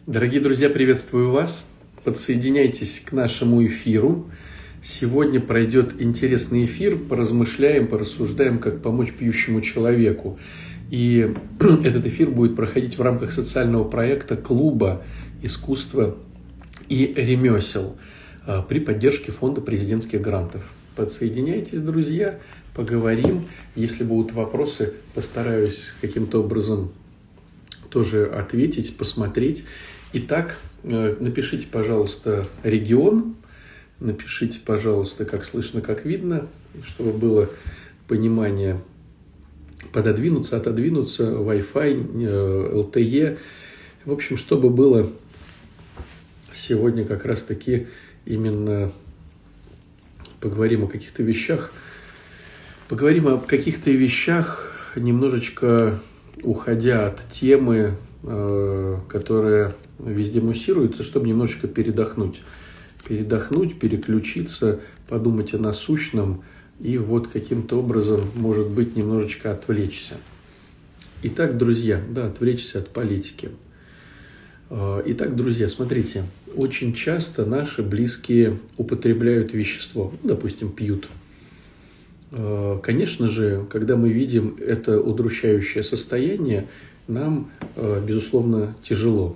Дорогие друзья, приветствую вас. Подсоединяйтесь к нашему эфиру. Сегодня пройдет интересный эфир. Поразмышляем, порассуждаем, как помочь пьющему человеку. И этот эфир будет проходить в рамках социального проекта «Клуба искусства и ремесел» при поддержке Фонда президентских грантов. Подсоединяйтесь, друзья, поговорим. Если будут вопросы, постараюсь каким-то образом тоже ответить, посмотреть. Итак, напишите, пожалуйста, регион, напишите, пожалуйста, как слышно, как видно, чтобы было понимание, пододвинуться, отодвинуться, Wi-Fi, LTE. В общем, чтобы было сегодня как раз-таки именно поговорим о каких-то вещах. Поговорим о каких-то вещах, немножечко уходя от темы, которая везде муссируется, чтобы немножечко передохнуть, переключиться, подумать о насущном и вот каким-то образом, может быть, немножечко отвлечься. Итак, друзья, отвлечься от политики. Итак, друзья, смотрите, очень часто наши близкие употребляют вещество, допустим, пьют. Конечно же, когда мы видим это удручающее состояние, нам, безусловно, тяжело.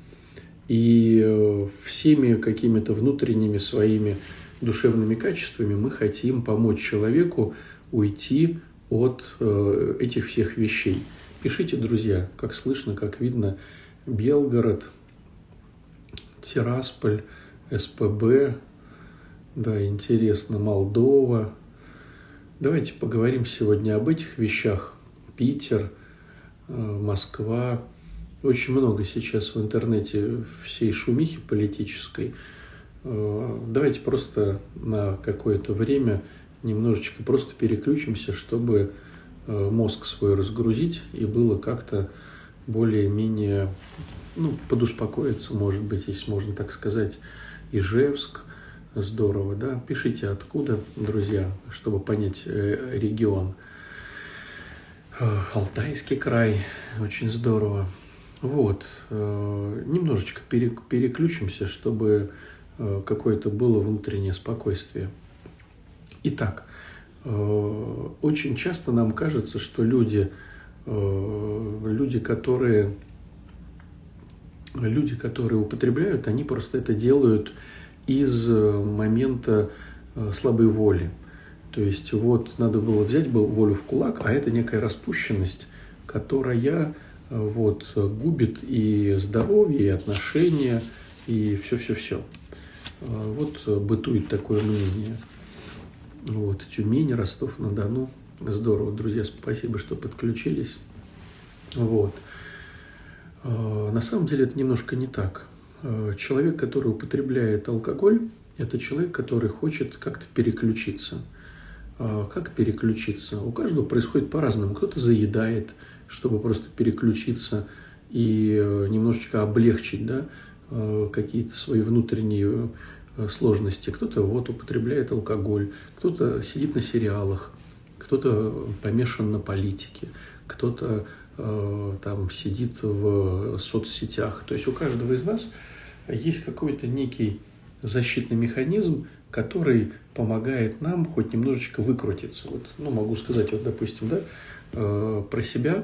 И всеми какими-то внутренними своими душевными качествами мы хотим помочь человеку уйти от этих всех вещей. Пишите, друзья, как слышно, как видно, Белгород, Тирасполь, СПБ, интересно, Молдова. Давайте поговорим сегодня об этих вещах. Питер, Москва. Очень много сейчас в интернете всей шумихи политической. Давайте просто на какое-то время немножечко просто переключимся, чтобы мозг свой разгрузить и было как-то более-менее, подуспокоиться, может быть, если можно так сказать. Ижевск, здорово, да? Пишите, откуда, друзья, чтобы понять регион. Алтайский край, очень здорово. Немножечко переключимся, чтобы какое-то было внутреннее спокойствие. Итак, очень часто нам кажется, что люди, которые употребляют, они просто это делают из момента слабой воли. То есть надо было взять волю в кулак, а это некая распущенность, которая губит и здоровье, и отношения, и все-все-все. Бытует такое мнение. Тюмень, Ростов-на-Дону. Здорово, друзья, спасибо, что подключились. На самом деле это немножко не так. Человек, который употребляет алкоголь, это человек, который хочет как-то переключиться. Как переключиться? У каждого происходит по-разному. Кто-то заедает, чтобы просто переключиться и немножечко облегчить, какие-то свои внутренние сложности. Кто-то употребляет алкоголь, кто-то сидит на сериалах, кто-то помешан на политике, кто-то сидит в соцсетях. То есть у каждого из нас есть какой-то некий защитный механизм, который помогает нам хоть немножечко выкрутиться. Могу сказать, допустим, про себя.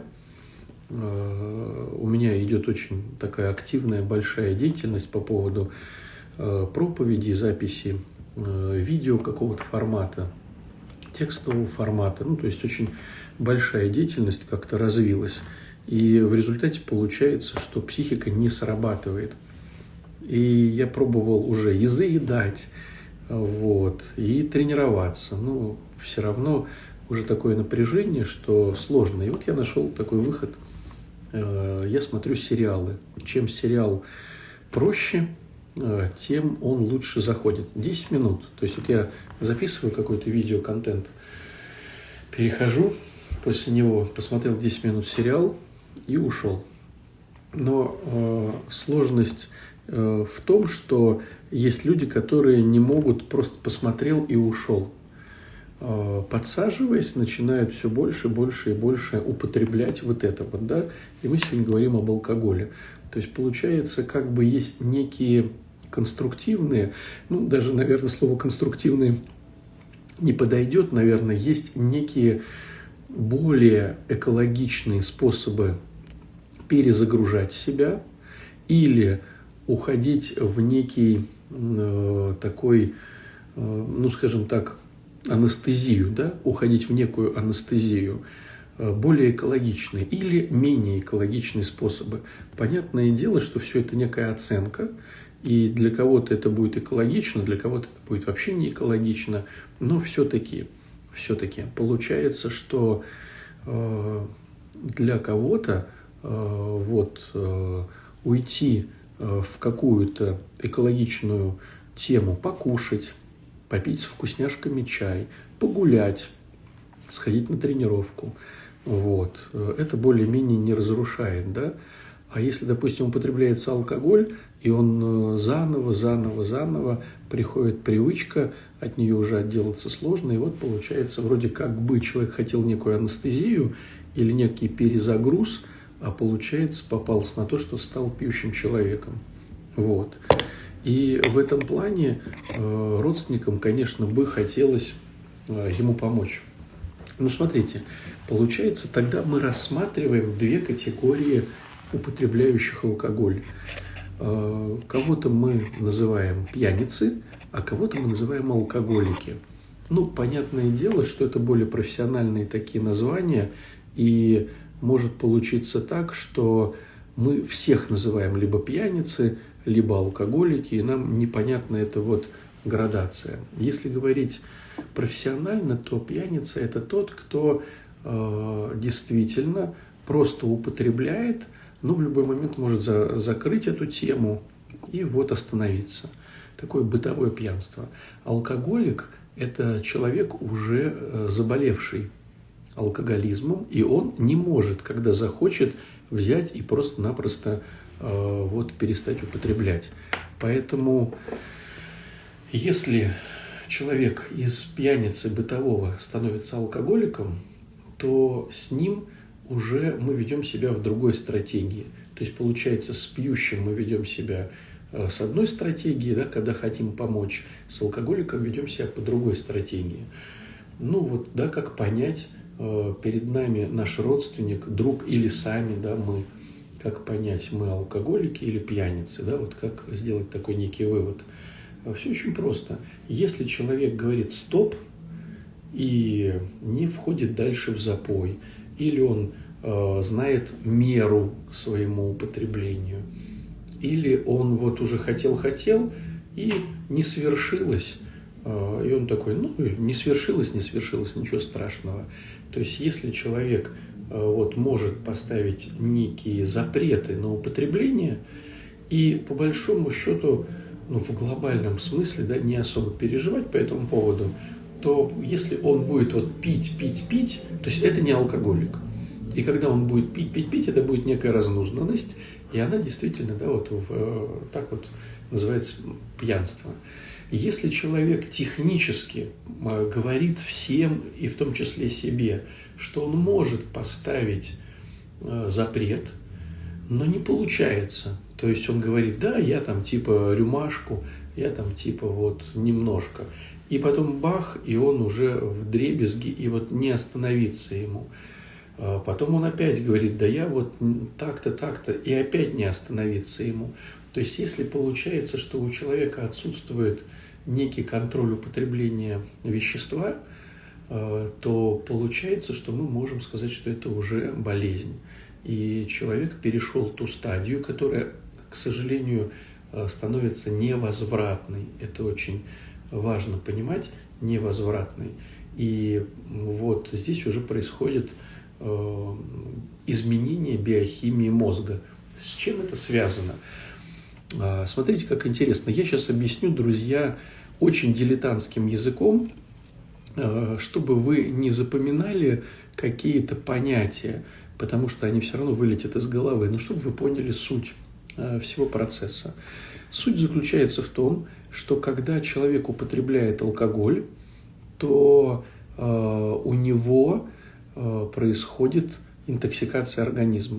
У меня идет очень такая активная, большая деятельность по поводу проповеди, записи видео какого-то формата, текстового формата. То есть очень большая деятельность как-то развилась. И в результате получается, что психика не срабатывает. И я пробовал уже и заедать, и тренироваться. Но все равно уже такое напряжение, что сложно. И я нашел такой выход. Я смотрю сериалы. Чем сериал проще, тем он лучше заходит. 10 минут. То есть я записываю какой-то видеоконтент, перехожу, после него посмотрел 10 минут сериал и ушел. Но сложность в том, что есть люди, которые не могут, просто посмотрел и ушел. Подсаживаясь, начинают все больше, больше и больше употреблять это. И мы сегодня говорим об алкоголе. То есть получается, как бы есть некие конструктивные, ну даже, наверное, слово конструктивные не подойдет, наверное, есть некие более экологичные способы перезагружать себя или уходить в некий такой, ну скажем так, анестезию, да, уходить в некую анестезию, более экологичные или менее экологичные способы. Понятное дело, что все это некая оценка, и для кого-то это будет экологично, для кого-то это будет вообще не экологично, но все-таки получается, что для кого-то уйти в какую-то экологичную тему, покушать, попить с вкусняшками чай, погулять, сходить на тренировку, это более-менее не разрушает, да? А если, допустим, употребляется алкоголь, и он заново приходит привычка, от нее уже отделаться сложно, и вот получается, вроде как бы человек хотел некую анестезию или некий перезагруз, а получается попался на то, что стал пьющим человеком. И в этом плане родственникам, конечно, бы хотелось ему помочь. Ну, смотрите, получается, тогда мы рассматриваем две категории употребляющих алкоголь. Кого-то мы называем пьяницы, а кого-то мы называем алкоголики. Ну, понятное дело, что это более профессиональные такие названия, и может получиться так, что мы всех называем либо пьяницы, либо алкоголики, и нам непонятна эта градация. Если говорить профессионально, то пьяница – это тот, кто действительно просто употребляет, но в любой момент может закрыть эту тему и остановиться. Такое бытовое пьянство. Алкоголик – это человек, уже заболевший алкоголизмом, и он не может, когда захочет, взять и просто-напросто перестать употреблять. Поэтому, если человек из пьяницы бытового становится алкоголиком, то с ним уже мы ведем себя в другой стратегии. То есть, получается, с пьющим мы ведем себя с одной стратегии, да, когда хотим помочь, с алкоголиком ведем себя по другой стратегии. Как понять, перед нами наш родственник, друг или сами, да, мы, как понять, мы алкоголики или пьяницы, да, как сделать такой некий вывод. Все очень просто. Если человек говорит «стоп» и не входит дальше в запой, или он знает меру своему употреблению, или он уже хотел и не свершилось, и он такой, не свершилось, ничего страшного. То есть, если человек может поставить некие запреты на употребление и по большому счету, в глобальном смысле, да, не особо переживать по этому поводу, то если он будет пить, то есть это не алкоголик. И когда он будет пить, это будет некая разнузданность, и она действительно, да, так называется пьянство. Если человек технически говорит всем, и в том числе себе, что он может поставить запрет, но не получается. То есть он говорит, да, я там рюмашку, я там немножко. И потом бах, и он уже вдребезги, и не остановиться ему. Потом он опять говорит, да я так-то, и опять не остановиться ему. То есть если получается, что у человека отсутствует некий контроль употребления вещества, то получается, что мы можем сказать, что это уже болезнь. И человек перешел ту стадию, которая, к сожалению, становится невозвратной. Это очень важно понимать, невозвратной. И здесь уже происходит изменение биохимии мозга. С чем это связано? Смотрите, как интересно. Я сейчас объясню, друзья, очень дилетантским языком, чтобы вы не запоминали какие-то понятия, потому что они все равно вылетят из головы, но чтобы вы поняли суть всего процесса. Суть заключается в том, что когда человек употребляет алкоголь, то у него происходит интоксикация организма.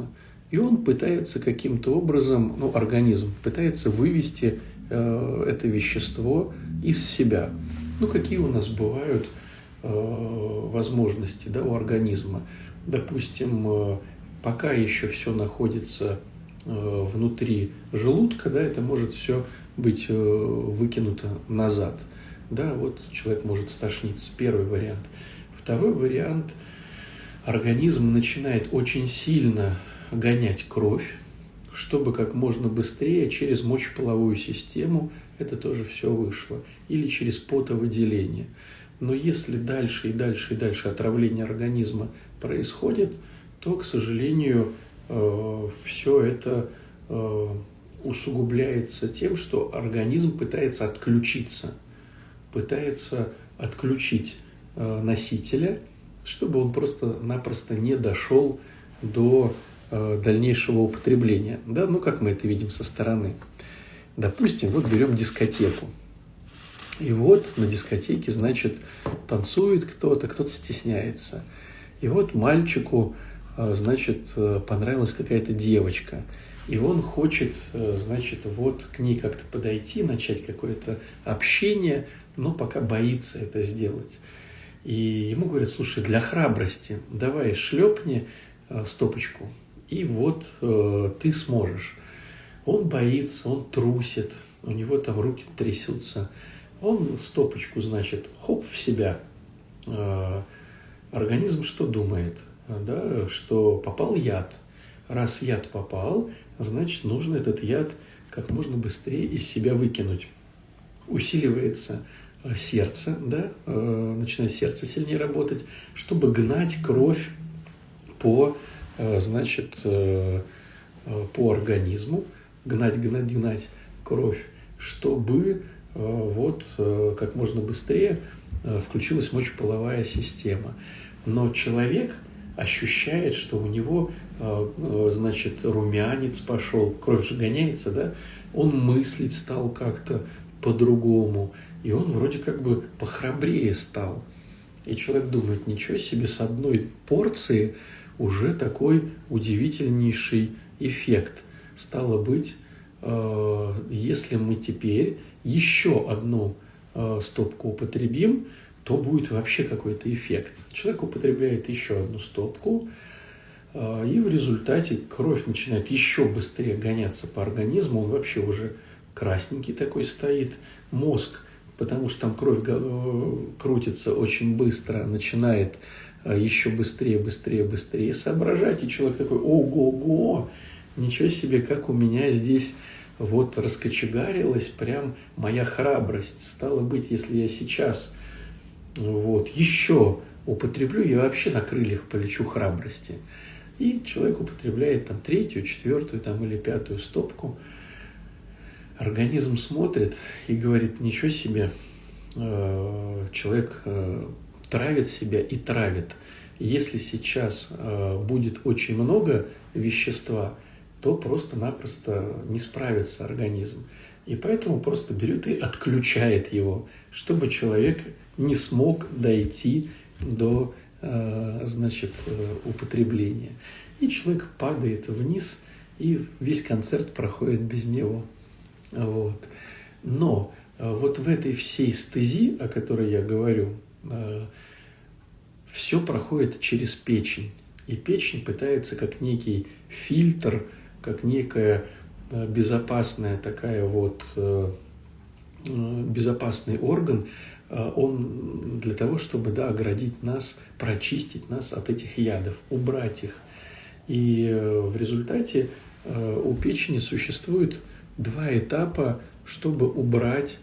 И он пытается каким-то образом, организм пытается вывести это вещество из себя. Какие у нас бывают возможности, да, у организма? Допустим, пока еще все находится внутри желудка, да, это может все быть выкинуто назад. Да, вот человек может стошниться. Первый вариант. Второй вариант. Организм начинает очень сильно гонять кровь, чтобы как можно быстрее через мочеполовую систему это тоже все вышло. Или через потовыделение. Но если дальше и дальше и дальше отравление организма происходит, то, к сожалению, все это усугубляется тем, что организм пытается отключиться, пытается отключить носителя, чтобы он просто-напросто не дошел до дальнейшего употребления. Да? Как мы это видим со стороны. Допустим, берем дискотеку. И на дискотеке, значит, танцует кто-то стесняется. И мальчику, значит, понравилась какая-то девочка. И он хочет, значит, к ней как-то подойти, начать какое-то общение, но пока боится это сделать. И ему говорят: слушай, для храбрости давай шлепни стопочку, и ты сможешь. Он боится, он трусит, у него там руки трясутся. Он стопочку, значит, хоп, в себя. Организм что думает? Да, что попал яд. Раз яд попал, значит, нужно этот яд как можно быстрее из себя выкинуть. Усиливается сердце, да, начинает сердце сильнее работать, чтобы гнать кровь по организму, гнать кровь, чтобы как можно быстрее включилась мочеполовая система. Но человек ощущает, что у него, значит, румянец пошел, кровь же гоняется, да, он мыслить стал как-то по-другому, и он вроде как бы похрабрее стал. И человек думает: ничего себе, с одной порции уже такой удивительнейший эффект. Стало быть, если мы теперь еще одну стопку употребим, то будет вообще какой-то эффект. Человек употребляет еще одну стопку, и в результате кровь начинает еще быстрее гоняться по организму, он вообще уже красненький такой стоит. Мозг, потому что там кровь крутится очень быстро, начинает еще быстрее соображать, и человек такой: ого-го, ничего себе, как у меня здесь раскочегарилась прям моя храбрость. Стало быть, если я сейчас еще употреблю, я вообще на крыльях полечу храбрости. И человек употребляет там 3-ю, 4-ю или 5-ю стопку. Организм смотрит и говорит: ничего себе, человек травит себя и травит. Если сейчас будет очень много вещества, то просто-напросто не справится организм. И поэтому просто берет и отключает его, чтобы человек не смог дойти до, употребления. И человек падает вниз, и весь концерт проходит без него. Но в этой всей стези, о которой я говорю, все проходит через печень. И печень пытается как некий фильтр, как некая безопасная безопасный орган, он для того, чтобы оградить нас, прочистить нас от этих ядов, убрать их. И в результате у печени существует 2 этапа, чтобы убрать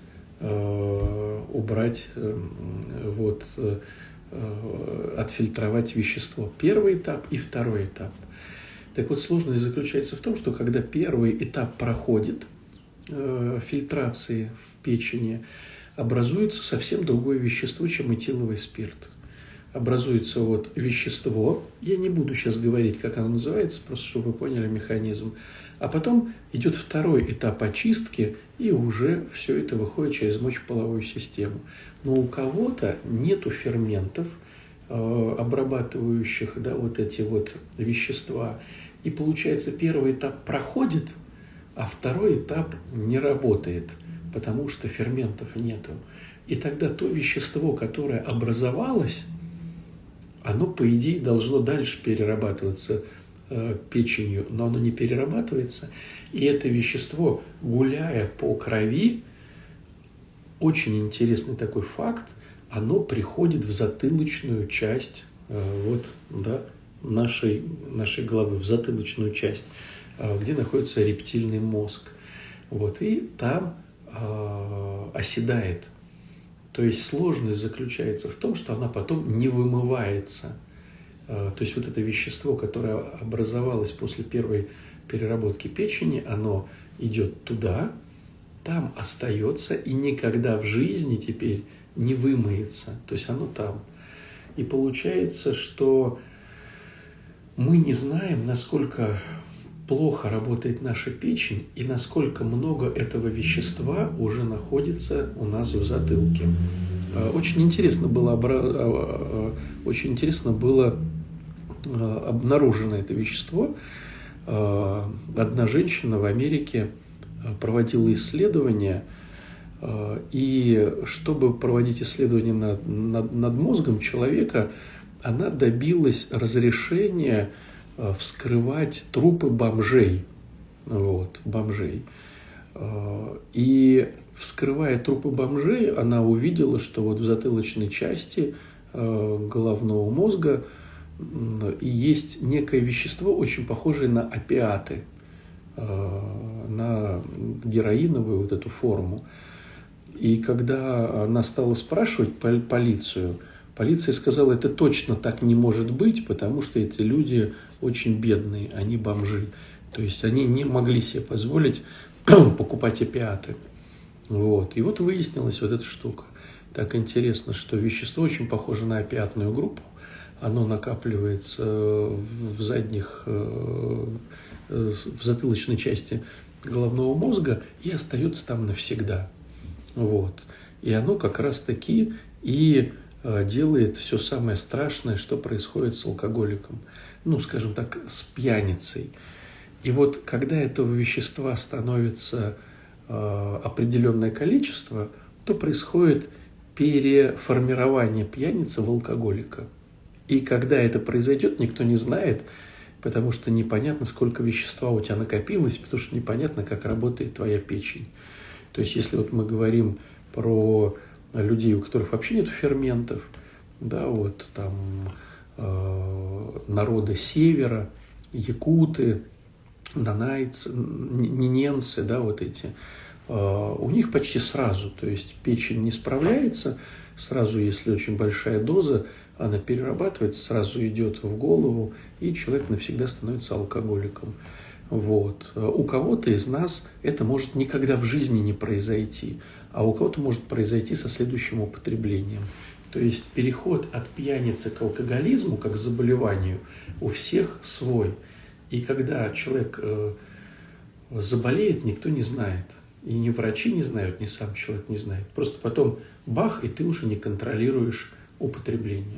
отфильтровать вещество. Первый этап и второй этап. Так сложность заключается в том, что когда первый этап проходит фильтрации в печени, образуется совсем другое вещество, чем этиловый спирт. Образуется вещество, я не буду сейчас говорить, как оно называется, просто чтобы вы поняли механизм. А потом идет второй этап очистки, и уже все это выходит через мочеполовую систему. Но у кого-то нету ферментов, обрабатывающих эти вещества, И получается, первый этап проходит, а второй этап не работает, потому что ферментов нету. И тогда то вещество, которое образовалось, оно, по идее, должно дальше перерабатываться печенью, но оно не перерабатывается. И это вещество, гуляя по крови, очень интересный такой факт, оно приходит в затылочную часть нашей головы, в затылочную часть, где находится рептильный мозг. И там оседает. То есть сложность заключается в том, что она потом не вымывается. То есть это вещество, которое образовалось после первой переработки печени, оно идет туда, там остается и никогда в жизни теперь не вымоется. То есть оно там. И получается, что мы не знаем, насколько плохо работает наша печень и насколько много этого вещества уже находится у нас в затылке. Очень интересно было обнаружено это вещество. Одна женщина в Америке проводила исследования, и чтобы проводить исследования над мозгом человека, она добилась разрешения вскрывать трупы бомжей. И вскрывая трупы бомжей, она увидела, что в затылочной части головного мозга есть некое вещество, очень похожее на опиаты, на героиновую эту форму. И когда она стала спрашивать полицию, полиция сказала, это точно так не может быть, потому что эти люди очень бедные, они бомжи. То есть они не могли себе позволить покупать опиаты. И выяснилась эта штука. Так интересно, что вещество очень похоже на опиатную группу. Оно накапливается в затылочной части головного мозга и остается там навсегда. И оно как раз-таки и делает все самое страшное, что происходит с алкоголиком. Скажем так, с пьяницей. И когда этого вещества становится определенное количество, то происходит переформирование пьяницы в алкоголика. И когда это произойдет, никто не знает, потому что непонятно, сколько вещества у тебя накопилось, потому что непонятно, как работает твоя печень. То есть, если мы говорим про людей, у которых вообще нет ферментов, народы севера, якуты, нанайцы, нененцы, у них почти сразу, то есть печень не справляется, сразу, если очень большая доза, она перерабатывается, сразу идет в голову, и человек навсегда становится алкоголиком. У кого-то из нас это может никогда в жизни не произойти, а у кого-то может произойти со следующим употреблением. То есть переход от пьяницы к алкоголизму, как к заболеванию, у всех свой. И когда человек заболеет, никто не знает. И ни врачи не знают, ни сам человек не знает. Просто потом бах, и ты уже не контролируешь употребление.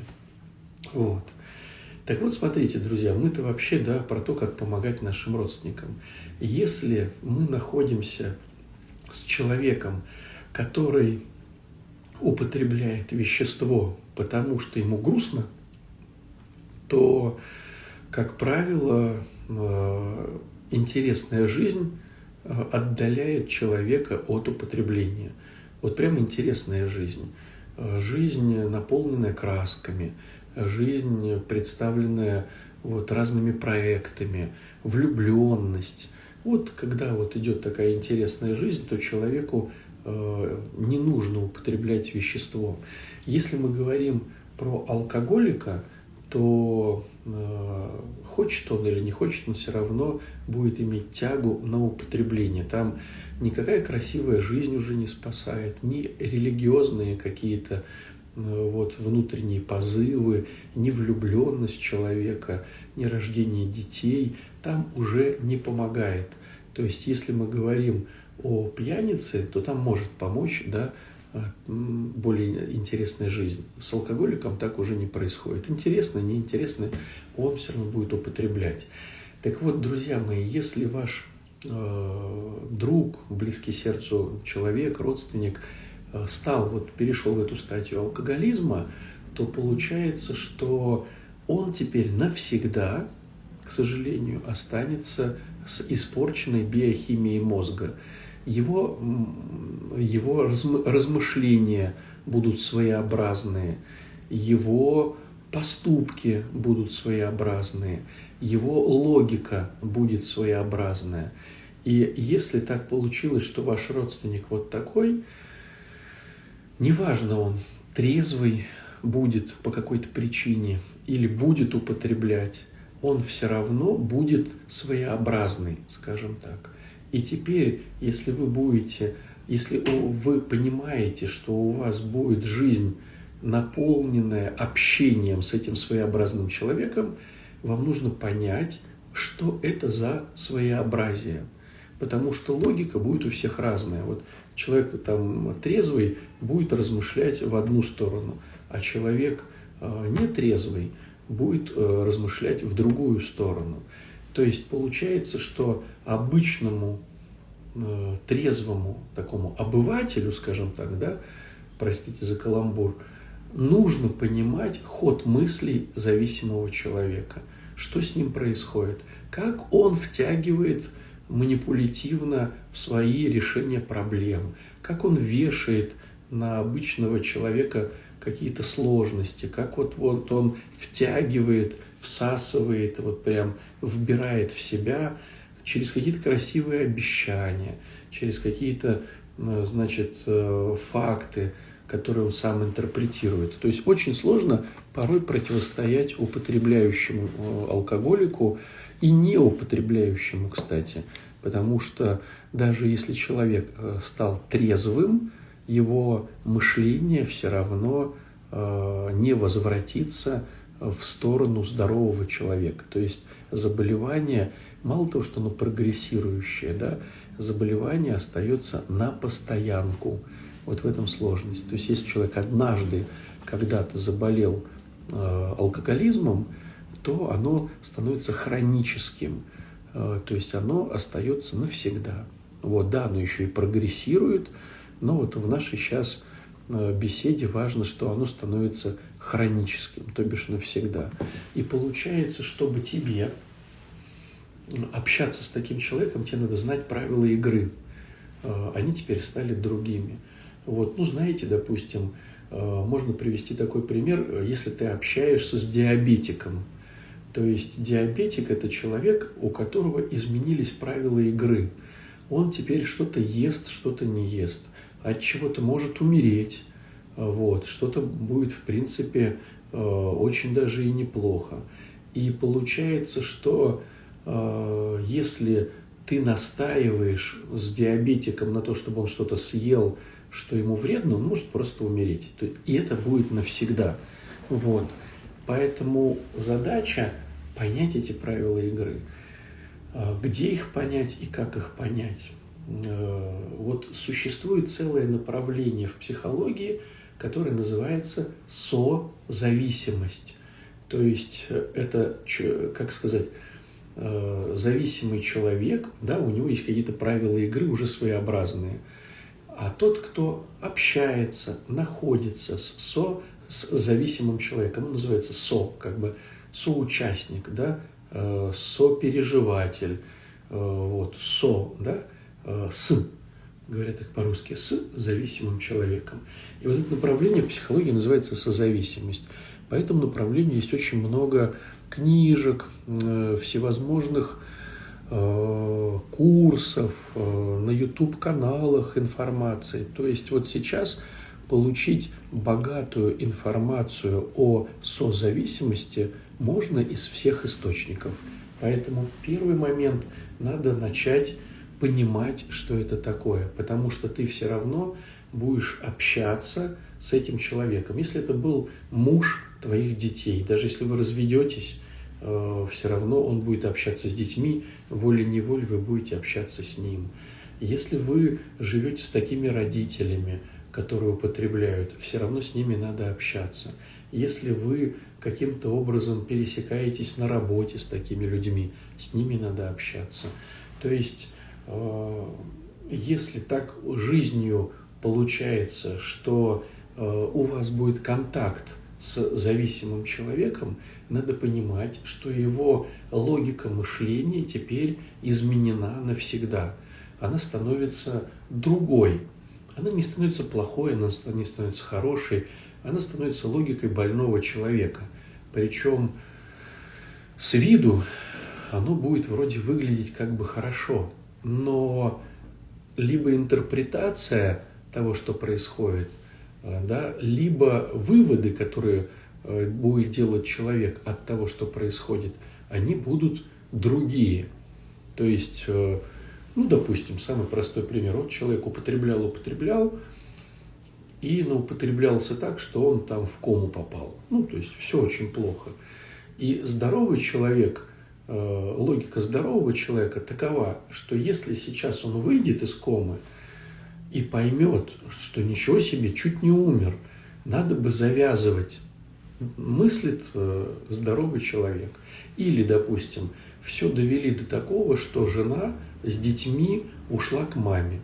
Так смотрите, друзья, мы-то вообще про то, как помогать нашим родственникам. Если мы находимся с человеком, который употребляет вещество, потому что ему грустно, то, как правило, интересная жизнь отдаляет человека от употребления. Прям интересная жизнь. Жизнь, наполненная красками, жизнь, представленная разными проектами, влюбленность. Когда идет такая интересная жизнь, то человеку не нужно употреблять вещество. Если мы говорим про алкоголика, то хочет он или не хочет, он все равно будет иметь тягу на употребление. Там никакая красивая жизнь уже не спасает, ни религиозные какие-то внутренние позывы, ни влюбленность человека, ни рождение детей там уже не помогает. То есть, если мы говорим о пьянице, то там может помочь, более интересная жизнь. С алкоголиком так уже не происходит. Интересно, неинтересно, он все равно будет употреблять. Так вот, друзья мои, если ваш друг, близкий сердцу человек, родственник перешел в эту стадию алкоголизма, то получается, что он теперь навсегда, к сожалению, останется с испорченной биохимией мозга. Его размышления будут своеобразные, его поступки будут своеобразные, его логика будет своеобразная. И если так получилось, что ваш родственник вот такой, неважно, он трезвый будет по какой-то причине или будет употреблять, он все равно будет своеобразный, скажем так. И теперь, если вы понимаете, что у вас будет жизнь, наполненная общением с этим своеобразным человеком, вам нужно понять, что это за своеобразие. Потому что логика будет у всех разная. Вот человек трезвый будет размышлять в одну сторону, а человек нетрезвый будет размышлять в другую сторону. То есть получается, что обычному трезвому такому обывателю, скажем так, да, простите за каламбур, нужно понимать ход мыслей зависимого человека, что с ним происходит, как он втягивает манипулятивно в свои решения проблем, как он вешает на обычного человека какие-то сложности, как вот он втягивает, всасывает, вот прям вбирает в себя через какие-то красивые обещания, через какие-то, факты, которые он сам интерпретирует. То есть очень сложно порой противостоять употребляющему алкоголику и неупотребляющему, кстати, потому что даже если человек стал трезвым, его мышление все равно не возвратится в сторону здорового человека. То есть заболевание, мало того, что оно прогрессирующее, да, заболевание остается на постоянку. Вот в этом сложность. То есть если человек однажды когда-то заболел алкоголизмом, то оно становится хроническим. То есть оно остается навсегда. Вот, да, оно еще и прогрессирует, но вот в нашей сейчас беседе важно, что оно становится хроническим, то бишь навсегда. И получается, чтобы тебе общаться с таким человеком, тебе надо знать правила игры. Они теперь стали другими. Вот, знаете, допустим, можно привести такой пример, если ты общаешься с диабетиком. То есть диабетик – это человек, у которого изменились правила игры. Он теперь что-то ест, что-то не ест. От чего-то может умереть. Вот, что-то будет, в принципе, очень даже и неплохо. И получается, что если ты настаиваешь с диабетиком на то, чтобы он что-то съел, что ему вредно, он может просто умереть. И это будет навсегда. Вот. Поэтому задача понять эти правила игры. Где их понять и как их понять? Вот существует целое направление в психологии, которое называется созависимость. То есть это, как сказать, зависимый человек, да, у него есть какие-то правила игры уже своеобразные. А тот, кто общается, находится с зависимым человеком, он называется соучастник, да, сопереживатель, вот, да, говорят их по-русски, с зависимым человеком. И вот это направление в психологии называется созависимость. По этому направлению есть очень много книжек, всевозможных курсов, на YouTube-каналах информации. То есть вот сейчас получить богатую информацию о созависимости можно из всех источников. Поэтому первый момент – надо начать понимать, что это такое, потому что ты все равно будешь общаться с этим человеком. Если это был муж твоих детей, даже если вы разведетесь, все равно он будет общаться с детьми, волей-неволей вы будете общаться с ним. Если вы живете с такими родителями, которые употребляют, все равно с ними надо общаться. Если вы каким-то образом пересекаетесь на работе с такими людьми, с ними надо общаться. То есть, если так жизнью получается, что у вас будет контакт с зависимым человеком, надо понимать, что его логика мышления теперь изменена навсегда. Она становится другой. Она не становится плохой, она не становится хорошей, она становится логикой больного человека. Причем с виду оно будет вроде выглядеть как бы хорошо, но либо интерпретация того, что происходит, да, либо выводы, которые будет делать человек от того, что происходит, они будут другие. То есть, допустим, самый простой пример. Вот человек употреблял, и употреблялся так, что он там в кому попал. То есть, все очень плохо. И здоровый человек, логика здорового человека такова, что если сейчас он выйдет из комы и поймет, что ничего себе, чуть не умер, надо бы завязывать, мыслит здоровый человек. Или, допустим, все довели до такого, что жена с детьми ушла к маме.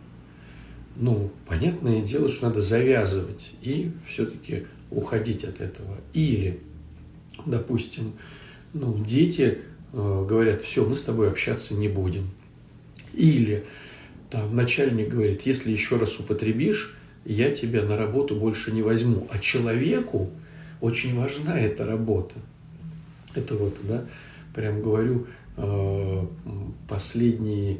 Понятное дело, что надо завязывать и все-таки уходить от этого. Или, допустим, дети говорят: все, мы с тобой общаться не будем. Или там начальник говорит: если еще раз употребишь, я тебя на работу больше не возьму. А человеку очень важна эта работа. Это прям говорю, последний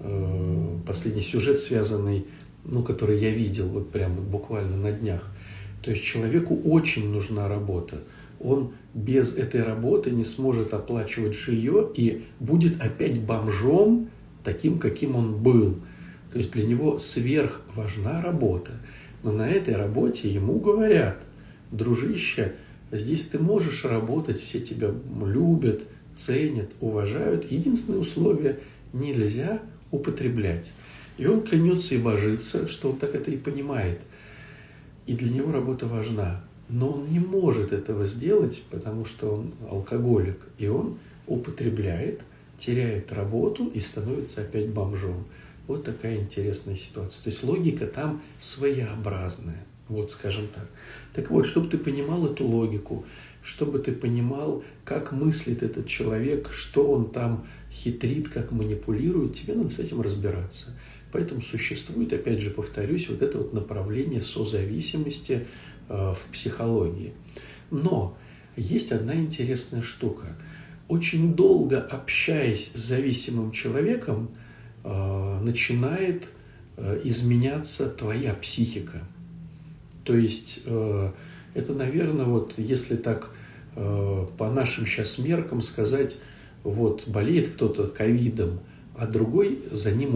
сюжет, связанный, который я видел буквально на днях. То есть человеку очень нужна работа. Он без этой работы не сможет оплачивать жилье и будет опять бомжом, таким, каким он был. То есть для него сверхважна работа. Но на этой работе ему говорят: дружище, здесь ты можешь работать, все тебя любят, ценят, уважают. Единственное условие – нельзя употреблять. И он клянется и божится, что он так это и понимает. И для него работа важна. Но он не может этого сделать, потому что он алкоголик. И он употребляет, теряет работу и становится опять бомжом. Вот такая интересная ситуация. То есть логика там своеобразная. Скажем так. Так вот, чтобы ты понимал эту логику, чтобы ты понимал, как мыслит этот человек, что он там хитрит, как манипулирует, тебе надо с этим разбираться. Поэтому существует, опять же повторюсь, это направление созависимости в психологии. Но есть одна интересная штука. Очень долго общаясь с зависимым человеком, начинает изменяться твоя психика. То есть это, наверное, если так по нашим сейчас меркам сказать, болеет кто-то ковидом, а другой за ним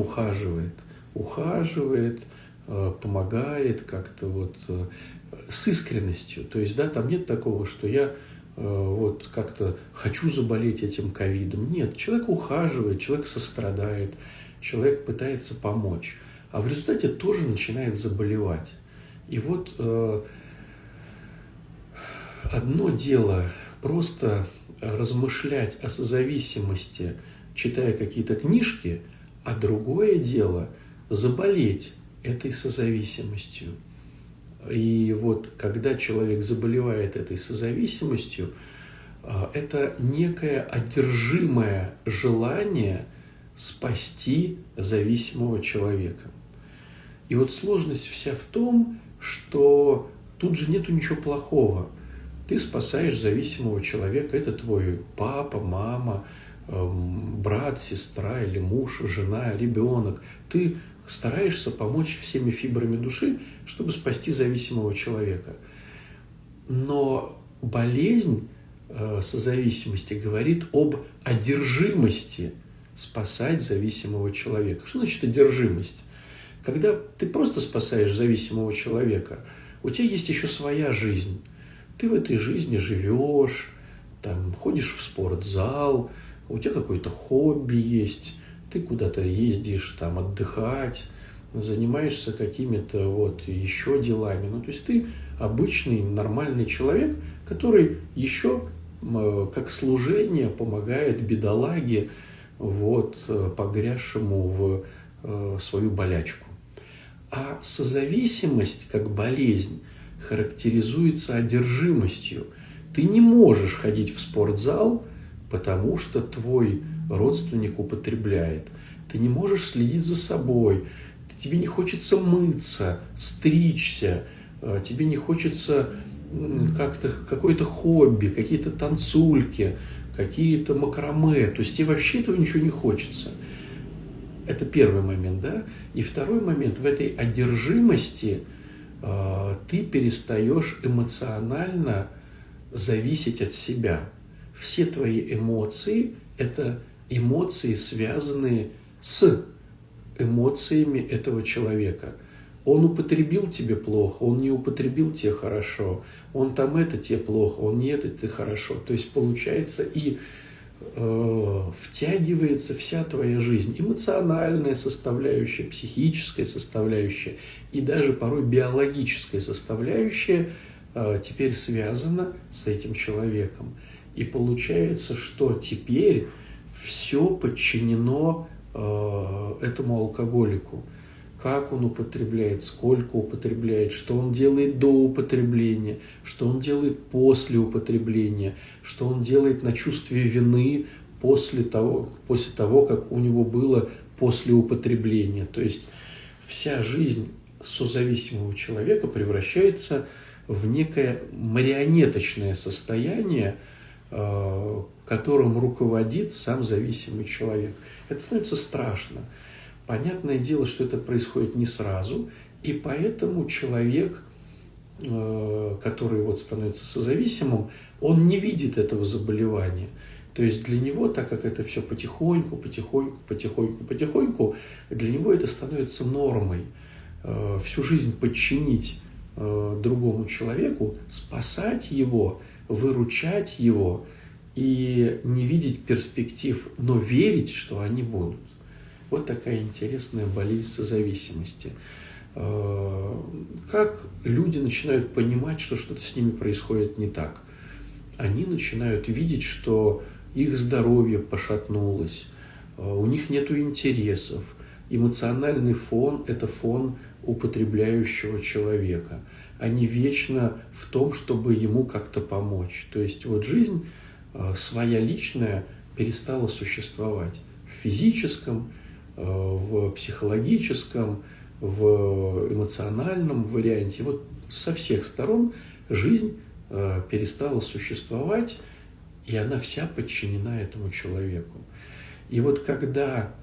ухаживает, помогает как-то с искренностью. То есть, там нет такого, что я как-то хочу заболеть этим ковидом. Нет, человек ухаживает, человек сострадает, человек пытается помочь, а в результате тоже начинает заболевать. И одно дело просто размышлять о созависимости, читая какие-то книжки, а другое дело заболеть этой созависимостью. И когда человек заболевает этой созависимостью, это некое одержимое желание спасти зависимого человека. И сложность вся в том, что тут же нету ничего плохого. Ты спасаешь зависимого человека, это твой папа, мама, брат, сестра или муж, жена, ребенок. Ты стараешься помочь всеми фибрами души, чтобы спасти зависимого человека. Но болезнь созависимости говорит об одержимости спасать зависимого человека. Что значит одержимость? Когда ты просто спасаешь зависимого человека, у тебя есть еще своя жизнь. Ты в этой жизни живешь, ходишь в спортзал, у тебя какое-то хобби есть, ты куда-то ездишь отдыхать, занимаешься какими-то вот еще делами. Ну, то есть ты обычный нормальный человек, который еще как служение помогает бедолаге, вот, погрязшему в свою болячку. А созависимость, как болезнь, характеризуется одержимостью. Ты не можешь ходить в спортзал, потому что твой родственник употребляет. Ты не можешь следить за собой. Тебе не хочется мыться, стричься. Тебе не хочется как-то какое-то хобби, какие-то танцульки, какие-то макраме. То есть тебе вообще этого ничего не хочется. Это первый момент, да? И второй момент, в этой одержимости ты перестаешь эмоционально зависеть от себя. Все твои эмоции – это эмоции, связанные с эмоциями этого человека. Он употребил тебе плохо, он не употребил тебе хорошо, он там это тебе плохо, он не это тебе хорошо. То есть получается и втягивается вся твоя жизнь, эмоциональная составляющая, психическая составляющая и даже порой биологическая составляющая теперь связана с этим человеком. И получается, что теперь все подчинено этому алкоголику. Как он употребляет, сколько употребляет, что он делает до употребления, что он делает после употребления, что он делает на чувстве вины после того, как у него было после употребления. То есть вся жизнь созависимого человека превращается в некое марионеточное состояние, которым руководит сам зависимый человек. Это становится страшно. Понятное дело, что это происходит не сразу, и поэтому человек, который вот становится созависимым, он не видит этого заболевания. То есть для него, так как это все потихоньку, для него это становится нормой. Всю жизнь подчинить другому человеку, спасать его, выручать его и не видеть перспектив, но верить, что они будут. Вот такая интересная болезнь созависимости. Как люди начинают понимать, что что-то с ними происходит не так? Они начинают видеть, что их здоровье пошатнулось, у них нет интересов. Эмоциональный фон – это фон употребляющего человека. Они вечно в том, чтобы ему как-то помочь. То есть вот жизнь своя личная перестала существовать в физическом, в психологическом, в эмоциональном варианте. Вот со всех сторон жизнь перестала существовать, и она вся подчинена этому человеку. И вот когда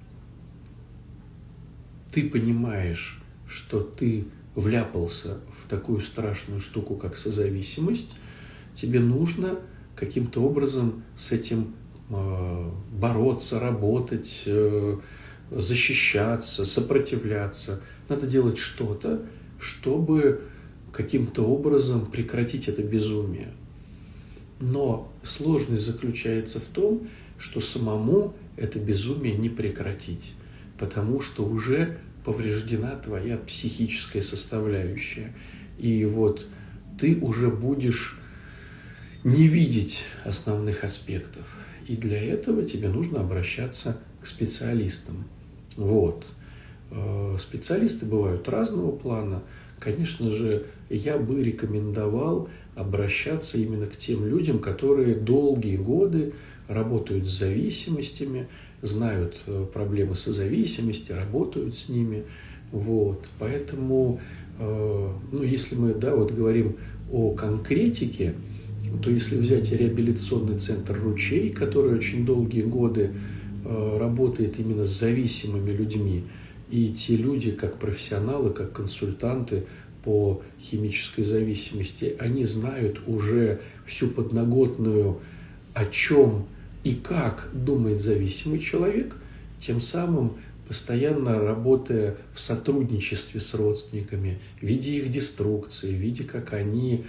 ты понимаешь, что ты вляпался в такую страшную штуку, как созависимость, тебе нужно каким-то образом с этим бороться, работать, защищаться, сопротивляться. Надо делать что-то, чтобы каким-то образом прекратить это безумие. Но сложность заключается в том, что самому это безумие не прекратить, потому что уже повреждена твоя психическая составляющая. И вот ты уже будешь не видеть основных аспектов. И для этого тебе нужно обращаться к специалистам. Вот. Специалисты бывают разного плана. Конечно же, я бы рекомендовал обращаться именно к тем людям, которые долгие годы работают с зависимостями, знают проблемы созависимости, работают с ними. Вот. Поэтому, если мы говорим о конкретике, то если взять реабилитационный центр «Ручей», который очень долгие годы работает именно с зависимыми людьми, и те люди, как профессионалы, как консультанты по химической зависимости, они знают уже всю подноготную, о чем и как думает зависимый человек, тем самым постоянно работая в сотрудничестве с родственниками, видя их деструкции, видя, как они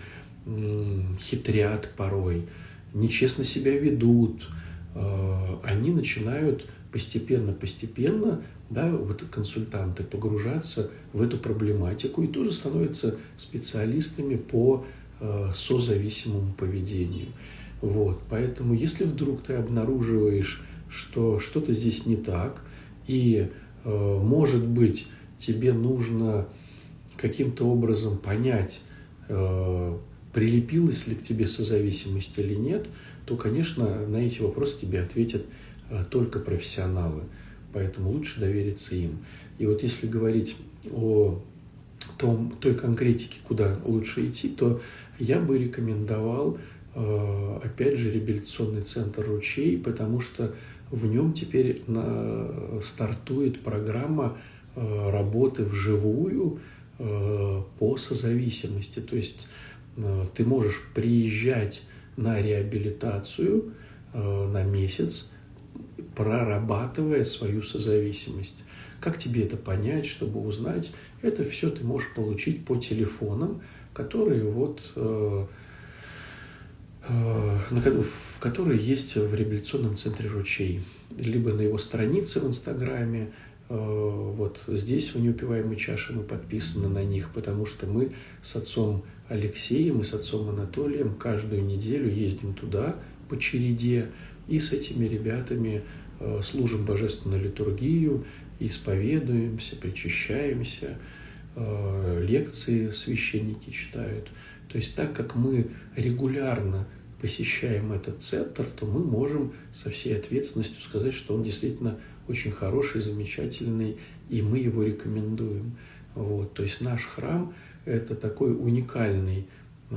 хитрят порой, нечестно себя ведут, они начинают постепенно, да, вот консультанты погружаться в эту проблематику и тоже становятся специалистами по созависимому поведению. Вот. Поэтому если вдруг ты обнаруживаешь, что что-то здесь не так, и, может быть, тебе нужно каким-то образом понять, прилепилась ли к тебе созависимость или нет, то, конечно, на эти вопросы тебе ответят только профессионалы. Поэтому лучше довериться им. И вот если говорить о той конкретике, куда лучше идти, то я бы рекомендовал, опять же, реабилитационный центр «Ручей», потому что в нем теперь стартует программа работы вживую по созависимости. То есть ты можешь приезжать на реабилитацию на месяц, прорабатывая свою созависимость. Как тебе это понять, чтобы узнать? Это все ты можешь получить по телефонам, которые которые есть в реабилитационном центре «Ручей». Либо на его странице в Инстаграме. Вот здесь в «Неупиваемой чаше» мы подписаны на них, потому что мы с отцом Алексеем и с отцом Анатолием каждую неделю ездим туда по череде и с этими ребятами служим божественную литургию, исповедуемся, причащаемся, лекции священники читают. То есть так как мы регулярно посещаем этот центр, то мы можем со всей ответственностью сказать, что он действительно очень хороший, замечательный, и мы его рекомендуем. Вот. То есть наш храм – это такой уникальный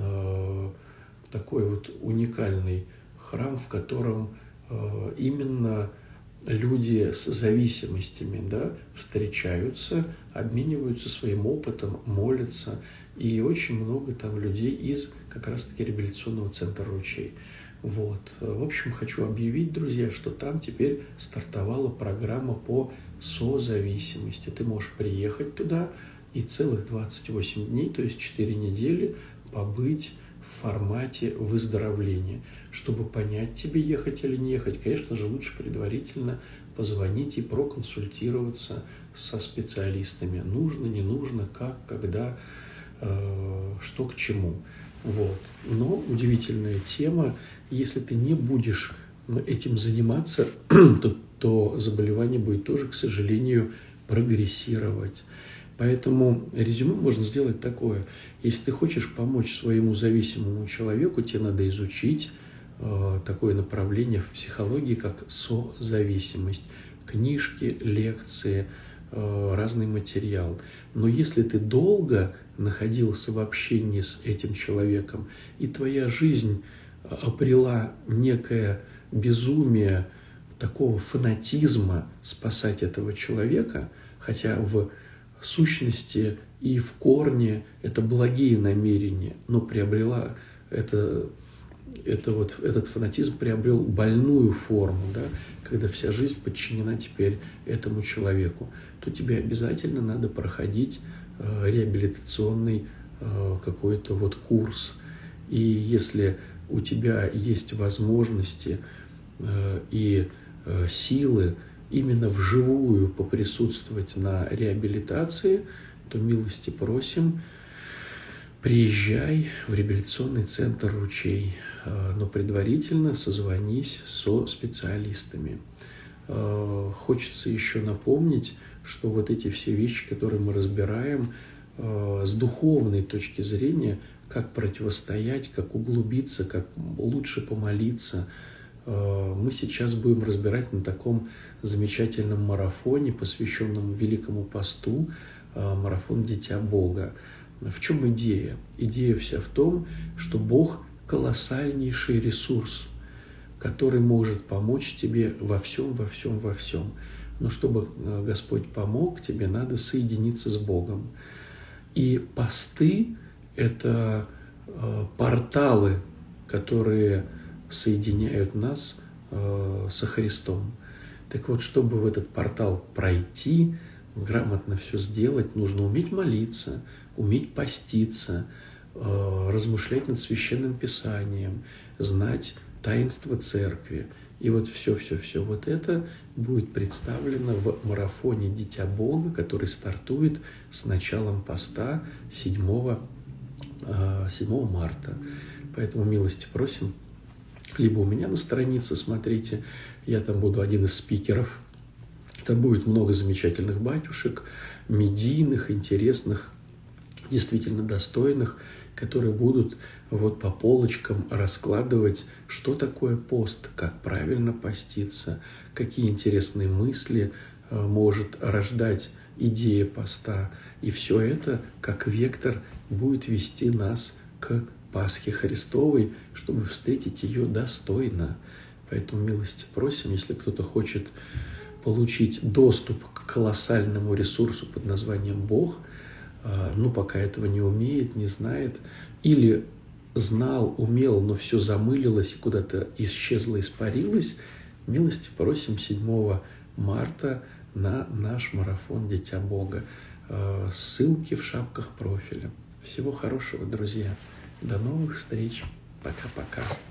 храм, в котором именно люди с зависимостями, да, встречаются, обмениваются своим опытом, молятся. И очень много там людей из как раз-таки реабилитационного центра «Ручей». Вот. В общем, хочу объявить, друзья, что там теперь стартовала программа по созависимости. Ты можешь приехать туда и целых 28 дней, то есть 4 недели, побыть в формате выздоровления. Чтобы понять, тебе ехать или не ехать, конечно же, лучше предварительно позвонить и проконсультироваться со специалистами. Нужно, не нужно, как, когда, что к чему. Вот. Но удивительная тема. Если ты не будешь этим заниматься, то заболевание будет тоже, к сожалению, прогрессировать. Поэтому резюме можно сделать такое. Если ты хочешь помочь своему зависимому человеку, тебе надо изучить такое направление в психологии, как созависимость. Книжки, лекции, разный материал. Но если ты долго находился в общении с этим человеком, и твоя жизнь обрела некое безумие такого фанатизма спасать этого человека, хотя в сущности и в корне это благие намерения, но приобрела этот фанатизм приобрел больную форму, да, когда вся жизнь подчинена теперь этому человеку, то тебе обязательно надо проходить реабилитационный какой-то курс. И если у тебя есть возможности и силы именно вживую поприсутствовать на реабилитации, то милости просим, приезжай в реабилитационный центр «Ручей», но предварительно созвонись со специалистами. Хочется еще напомнить, что вот эти все вещи, которые мы разбираем, с духовной точки зрения, как противостоять, как углубиться, как лучше помолиться, мы сейчас будем разбирать на таком замечательном марафоне, посвященном Великому посту, марафон «Дитя Бога». В чем идея? Идея вся в том, что Бог – колоссальнейший ресурс, который может помочь тебе во всем. Но чтобы Господь помог, тебе надо соединиться с Богом. И посты – это порталы, которые соединяют нас со Христом. Так вот, чтобы в этот портал пройти, грамотно все сделать, нужно уметь молиться, уметь поститься, размышлять над Священным Писанием, знать таинство Церкви. И вот все вот это будет представлено в марафоне «Дитя Бога», который стартует с началом поста 7 марта. Поэтому милости просим. Либо у меня на странице, смотрите, я там буду один из спикеров. Там будет много замечательных батюшек, медийных, интересных, действительно достойных, которые будут вот по полочкам раскладывать, что такое пост, как правильно поститься, какие интересные мысли может рождать идея поста. И все это, как вектор, будет вести нас к Пасхе Христовой, чтобы встретить ее достойно. Поэтому милости просим, если кто-то хочет получить доступ к колоссальному ресурсу под названием Бог, но пока этого не умеет, не знает, или знал, умел, но все замылилось и куда-то исчезло, испарилось, милости просим 7 марта на наш марафон «Дитя Бога». Ссылки в шапках профиля. Всего хорошего, друзья. До новых встреч. Пока-пока.